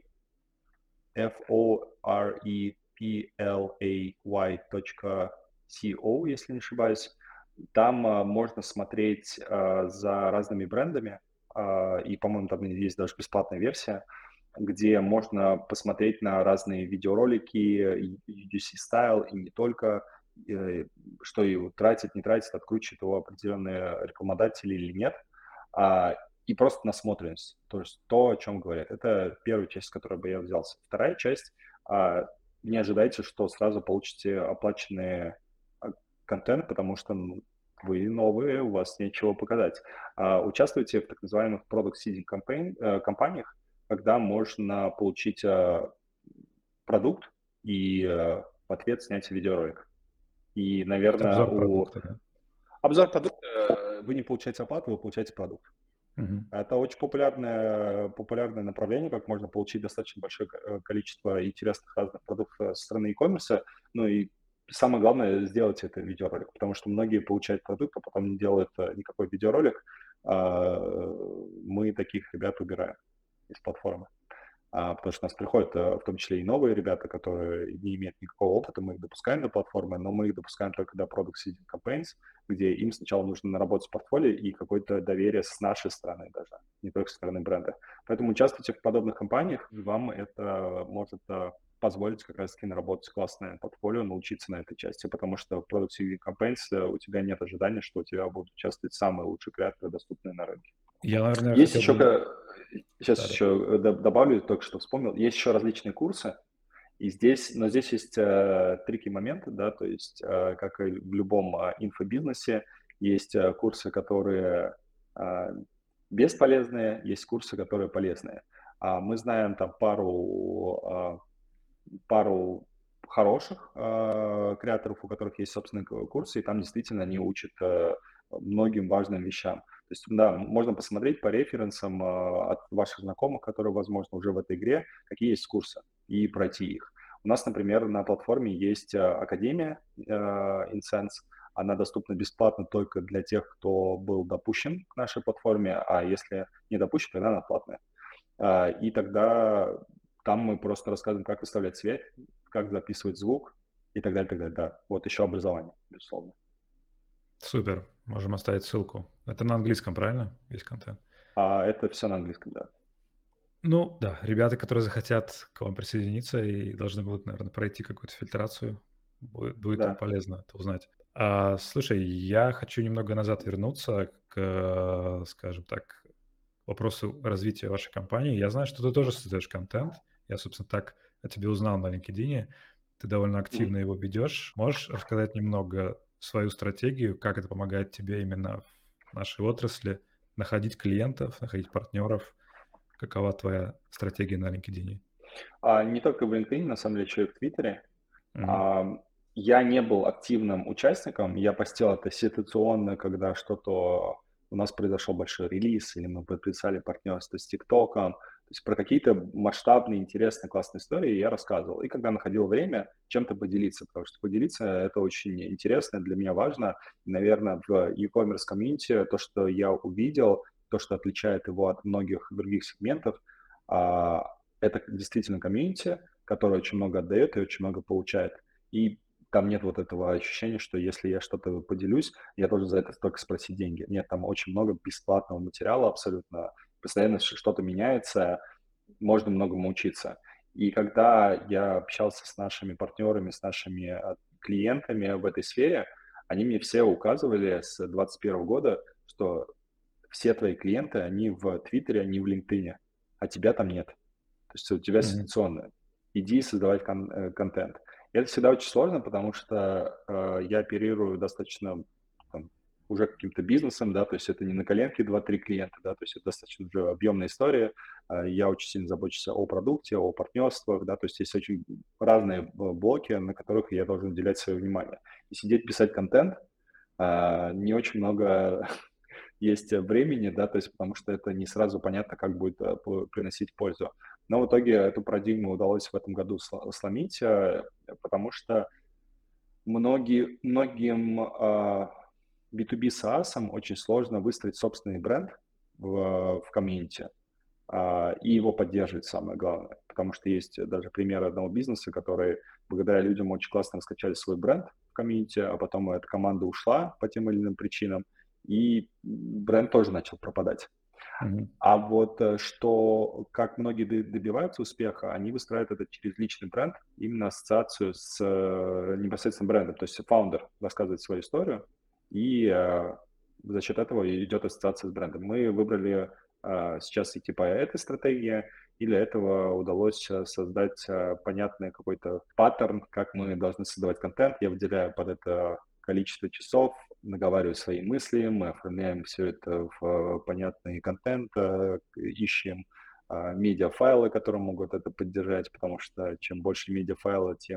FOREPLAY.co, если не ошибаюсь. Там можно смотреть за разными брендами, и, по-моему, там есть даже бесплатная версия, где можно посмотреть на разные видеоролики, UGC стайл, и не только, что его тратит, не тратит, откручивает его определенные рекламодатели или нет, и просто насмотренность, то есть то, о чем говорят. Это первая часть, с которой бы я взялся. Вторая часть, не ожидайте, что сразу получите оплаченный контент, потому что вы новые, у вас нечего показать. Участвуйте в так называемых product seeding компаниях, когда можно получить продукт и в ответ снять видеоролик. И, наверное,
обзор продукта, да?
Обзор продукта, вы не получаете оплату, вы получаете продукт.
Мгм.
Это очень популярное направление, как можно получить достаточно большое количество интересных разных продуктов со стороны e-commerce. Ну и самое главное сделать это видеоролик, потому что многие получают продукт, а потом не делают никакой видеоролик. Мы таких ребят убираем из платформы. Потому что у нас приходят, в том числе и новые ребята, которые не имеют никакого опыта, мы их допускаем на платформы, но мы их допускаем только до Product Seeding Campaigns, где им сначала нужно наработать портфолио и какое-то доверие с нашей стороны даже, не только со стороны бренда. Поэтому участвуйте в подобных компаниях, и вам это может позволить как раз-таки наработать классное портфолио, научиться на этой части, потому что в Product Seeding Campaigns у тебя нет ожидания, что у тебя будут участвовать самые лучшие креаторы, доступные на рынке.
Я, наверное,
Есть
хотел
еще,
бы...
сейчас
Да-да.
еще добавлю, только что вспомнил, есть еще различные курсы, и здесь есть трики моменты, да, то есть, как и в любом инфобизнесе, есть курсы, которые э, бесполезные, есть курсы, которые полезные. Мы знаем там пару хороших креаторов, у которых есть собственные курсы, и там действительно они учат многим важным вещам. То есть, да, можно посмотреть по референсам от ваших знакомых, которые, возможно, уже в этой игре, какие есть курсы, и пройти их. У нас, например, на платформе есть Академия Insense. Она доступна бесплатно только для тех, кто был допущен к нашей платформе, а если не допущен, тогда она платная. И тогда там мы просто рассказываем, как выставлять свет, как записывать звук и так далее, так далее. Да, вот еще образование, безусловно.
Супер. Можем оставить ссылку. Это на английском, правильно? Весь контент.
Это все на английском, да.
Ну да, ребята, которые захотят к вам присоединиться и должны будут, наверное, пройти какую-то фильтрацию, будет им
Да.
полезно это узнать. Слушай, я хочу немного назад вернуться к, скажем так, вопросу развития вашей компании. Я знаю, что ты тоже создаешь контент. Я, собственно, так о тебе узнал на LinkedIn. Ты довольно
Мгм.
активно его ведешь. Можешь рассказать немного свою стратегию, как это помогает тебе именно в нашей отрасли находить клиентов, находить партнеров? Какова твоя стратегия на LinkedIn?
Не только в LinkedIn, на самом деле, еще и в Твиттере.
Мгм.
А, Я не был активным участником, я постил это ситуационно, когда что-то у нас произошел большой релиз, или мы подписали партнерство с ТикТоком. То есть про какие-то масштабные, интересные, классные истории я рассказывал. И когда находил время, чем-то поделиться, потому что поделиться — это очень интересно, для меня важно. И, наверное, в e-commerce комьюнити то, что я увидел, то, что отличает его от многих других сегментов, а, это действительно комьюнити, который очень много отдает и очень много получает. И там нет вот этого ощущения, что если я что-то поделюсь, я должен за это только спросить деньги. Нет, там очень много бесплатного материала абсолютно. Постоянно что-то меняется, можно многому учиться. И когда я общался с нашими партнерами, с нашими клиентами в этой сфере, они мне все указывали с 2021 года, что все твои клиенты, они в Твиттере, они в LinkedIn, а тебя там нет. То есть у тебя
Мгм.
ситуационно. Иди создавать контент. И это всегда очень сложно, потому что я оперирую достаточно там, уже каким-то бизнесом, да, то есть это не на коленке 2-3 клиента, да, то есть это достаточно уже объемная история. Я очень сильно забочусь о продукте, о партнерствах, да, то есть есть очень разные блоки, на которых я должен уделять свое внимание. И сидеть писать контент не очень много есть времени, да, то есть потому что это не сразу понятно, как будет приносить пользу. Но в итоге эту парадигму удалось в этом году сломить, потому что многим B2B SaaS очень сложно выстроить собственный бренд в комьюнити и его поддерживать, самое главное. Потому что есть даже пример одного бизнеса, который благодаря людям очень классно раскачали свой бренд в комьюнити, а потом эта команда ушла по тем или иным причинам, и бренд тоже начал пропадать.
Мгм.
А вот как многие добиваются успеха, они выстраивают это через личный бренд, именно ассоциацию с непосредственно брендом. То есть фаундер рассказывает свою историю, и за счет этого идет ассоциация с брендом. Мы выбрали сейчас идти по этой стратегии, и для этого удалось создать понятный какой-то паттерн, как мы должны создавать контент. Я выделяю под это количество часов, наговариваю свои мысли, мы оформляем все это в понятный контент, ищем медиафайлы, которые могут это поддержать, потому что чем больше медиафайла, тем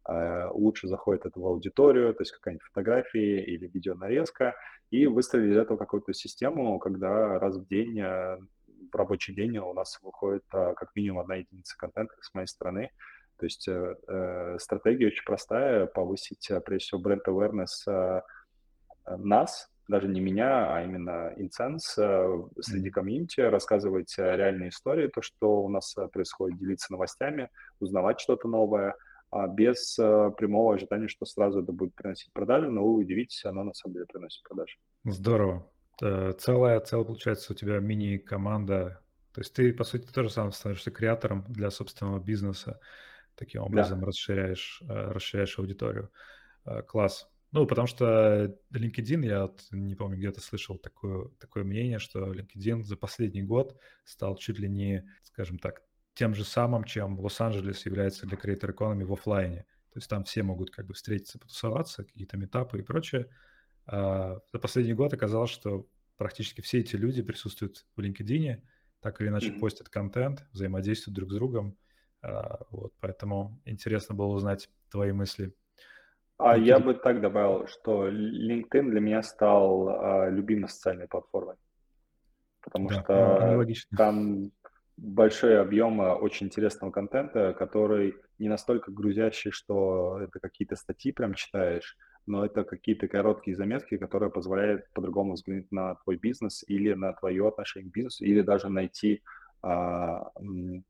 лучше заходит это в аудиторию, то есть какая-нибудь фотография или видеонарезка, и выстроили из этого какую-то систему, когда раз в день, в рабочий день у нас выходит как минимум одна единица контента с моей стороны. То есть стратегия очень простая, повысить, прежде всего, бренд awareness нас, даже не меня, а именно Incense среди
Мгм.
комьюнити, рассказывать реальные истории, то, что у нас происходит, делиться новостями, узнавать что-то новое, без прямого ожидания, что сразу это будет приносить продажи, но вы удивитесь, оно на самом деле приносит продажи.
Здорово. Целая, получается, у тебя мини-команда. То есть ты, по сути, тоже сам становишься креатором для собственного бизнеса. Таким образом
Да.
расширяешь аудиторию. Класс. Ну, потому что LinkedIn, я вот не помню, где-то слышал такое мнение, что LinkedIn за последний год стал чуть ли не, скажем так, тем же самым, чем Лос-Анджелес является для Creator Economy в оффлайне. То есть там все могут как бы встретиться, потусоваться, какие-то метапы и прочее. За последний год оказалось, что практически все эти люди присутствуют в LinkedIn, так или иначе
Мгм.
постят контент, взаимодействуют друг с другом. Вот, поэтому интересно было узнать твои мысли.
Я
Какие
бы так добавил, что LinkedIn для меня стал любимой социальной платформой, потому
Да,
что
аналогично.
там большой объем очень интересного контента, который не настолько грузящий, что это какие-то статьи прям читаешь, но это какие-то короткие заметки, которые позволяют по-другому взглянуть на твой бизнес или на твое отношение к бизнесу, или даже найти а, м,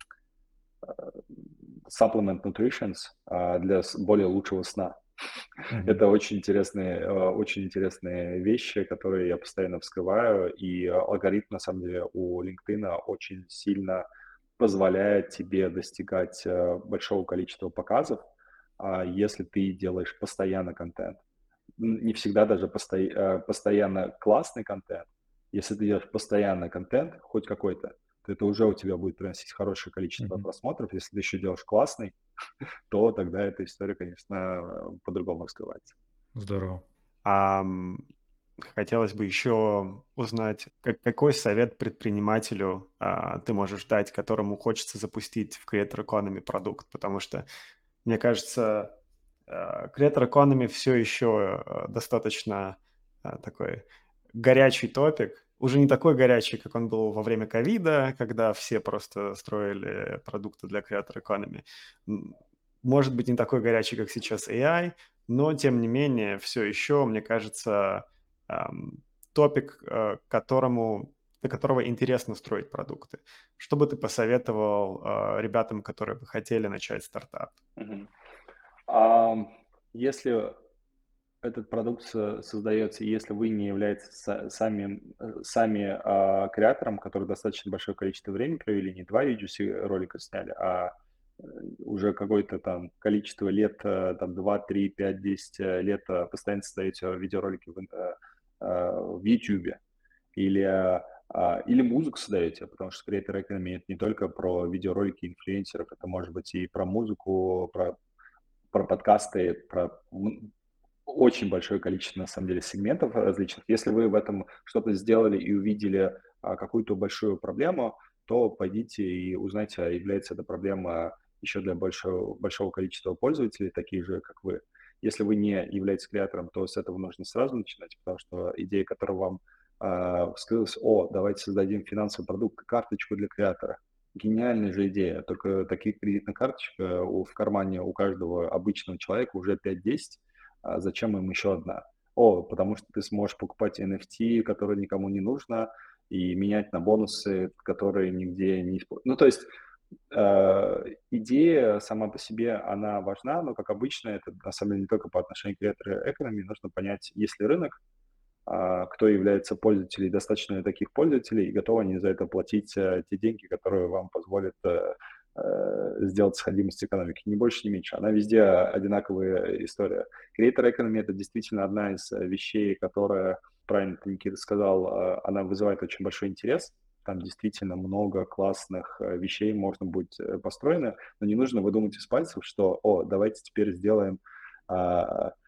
supplement nutrition для более лучшего сна.
Мгм.
Это очень интересные вещи, которые я постоянно вскрываю, и алгоритм, на самом деле, у LinkedIn очень сильно позволяет тебе достигать большого количества показов, если ты делаешь постоянно контент. Не всегда даже постоянно классный контент. Если ты делаешь постоянно контент, хоть какой-то, то это уже у тебя будет приносить хорошее количество
Мгм.
просмотров. Если ты еще делаешь классный, то тогда эта история, конечно, по-другому раскрывается.
Здорово.
Ам, Хотелось бы еще узнать, какой совет предпринимателю ты можешь дать, которому хочется запустить в Creator Economy продукт, потому что, мне кажется, Creator Economy все еще достаточно такой горячий топик, уже не такой горячий, как он был во время ковида, когда все просто строили продукты для Creator Economy. Может быть, не такой горячий, как сейчас AI, но, тем не менее, все еще, мне кажется, ам, топик, для которого интересно строить продукты. Что бы ты посоветовал ребятам, которые бы хотели начать стартап?
Мгм. Если этот продукт создается, если вы не являетесь сами креатором, который достаточно большое количество времени провели, не 2 UGC ролика сняли, э, уже какое-то там количество лет, там 2, 3, 5, 10 лет постоянно создаете видеоролики в YouTube или, или музыку создаете, потому что Creator Economy — это не только про видеоролики инфлюенсеров, это может быть и про музыку, про подкасты, очень большое количество, на самом деле, сегментов различных. Если вы в этом что-то сделали и увидели какую-то большую проблему, то пойдите и узнайте, является эта проблема еще для большого количества пользователей, такие же, как вы. Если вы не являетесь креатором, то с этого нужно сразу начинать, потому что идея, которая вам вскрылась: давайте создадим финансовый продукт, карточку для креатора. Гениальная же идея, только таких кредитных карточек в кармане у каждого обычного человека уже 5-10, зачем им еще одна? Потому что ты сможешь покупать NFT, которое никому не нужно, и менять на бонусы, которые нигде не используют. Ну, то есть идея сама по себе, она важна, но, как обычно, это на самом деле не только по отношению к ретро-экономии, нужно понять, есть ли рынок, кто является пользователей, достаточно ли таких пользователей, и готовы они за это платить те деньги, которые вам позволят сделать сходимость экономики. Ни больше, ни меньше. Она везде одинаковая история. Creator Economy — это действительно одна из вещей, которая, правильно ты, Никита, сказал, она вызывает очень большой интерес. Там действительно много классных вещей можно будет построено, но не нужно выдумать из пальцев, что, давайте теперь сделаем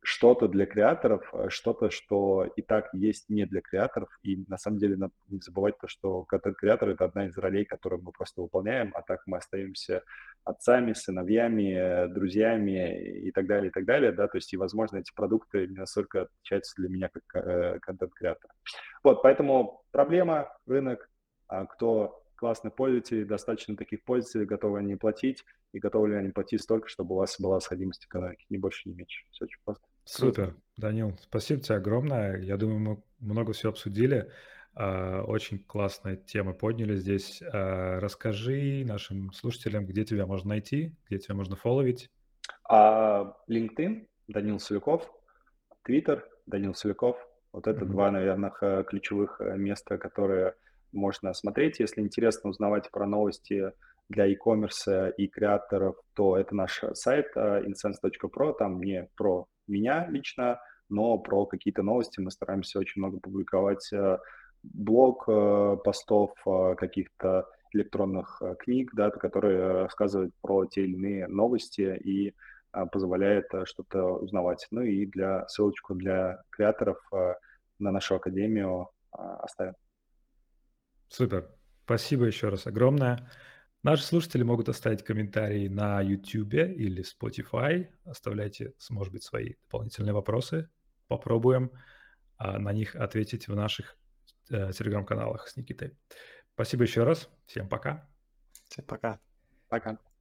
что-то для креаторов, что-то, что и так есть не для креаторов. И на самом деле надо не забывать то, что контент-креатор — это одна из ролей, которую мы просто выполняем, а так мы остаемся отцами, сыновьями, друзьями и так далее, и так далее, да, то есть и, возможно, эти продукты не настолько отличаются для меня как контент-креатора. Вот, поэтому проблема, рынок, кто классный пользователь, достаточно таких пользователей, готовы они платить, и готовы ли они платить столько, чтобы у вас была сходимость экономики, ни больше, ни меньше. Все очень просто.
Круто.
Супер, Данил, спасибо тебе огромное. Я думаю, мы много всего обсудили. Очень классные темы подняли здесь. Расскажи нашим слушателям, где тебя можно найти, где тебя можно фолловить.
LinkedIn, Данил Соляков, Twitter, Данил Соляков. Вот это два, наверное, ключевых места, которые можно смотреть. Если интересно узнавать про новости для e-commerce и креаторов, то это наш сайт insense.pro. Там не про меня лично, но про какие-то новости. Мы стараемся очень много публиковать блог, постов, каких-то электронных книг, да, которые рассказывают про те или иные новости и позволяет что-то узнавать. Ну и для ссылочку для креаторов на нашу академию оставим.
Супер. Спасибо еще раз огромное. Наши слушатели могут оставить комментарии на YouTube или Spotify. Оставляйте, может быть, свои дополнительные вопросы. Попробуем на них ответить в наших телеграм-каналах с Никитой. Спасибо еще раз. Всем пока.
Всем пока.
Пока.